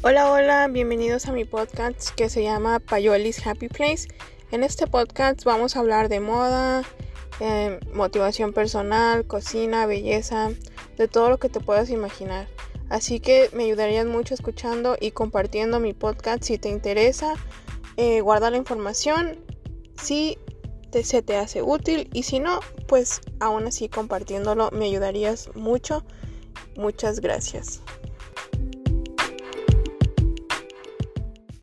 Hola, hola, bienvenidos a mi podcast que se llama Payoli's Happy Place. En este podcast vamos a hablar de moda, motivación personal, cocina, belleza, de todo lo que te puedas imaginar. Así que me ayudarías mucho escuchando y compartiendo mi podcast si te interesa. Guarda la información si se te hace útil y si no, pues aún así compartiéndolo me ayudarías mucho. Muchas gracias.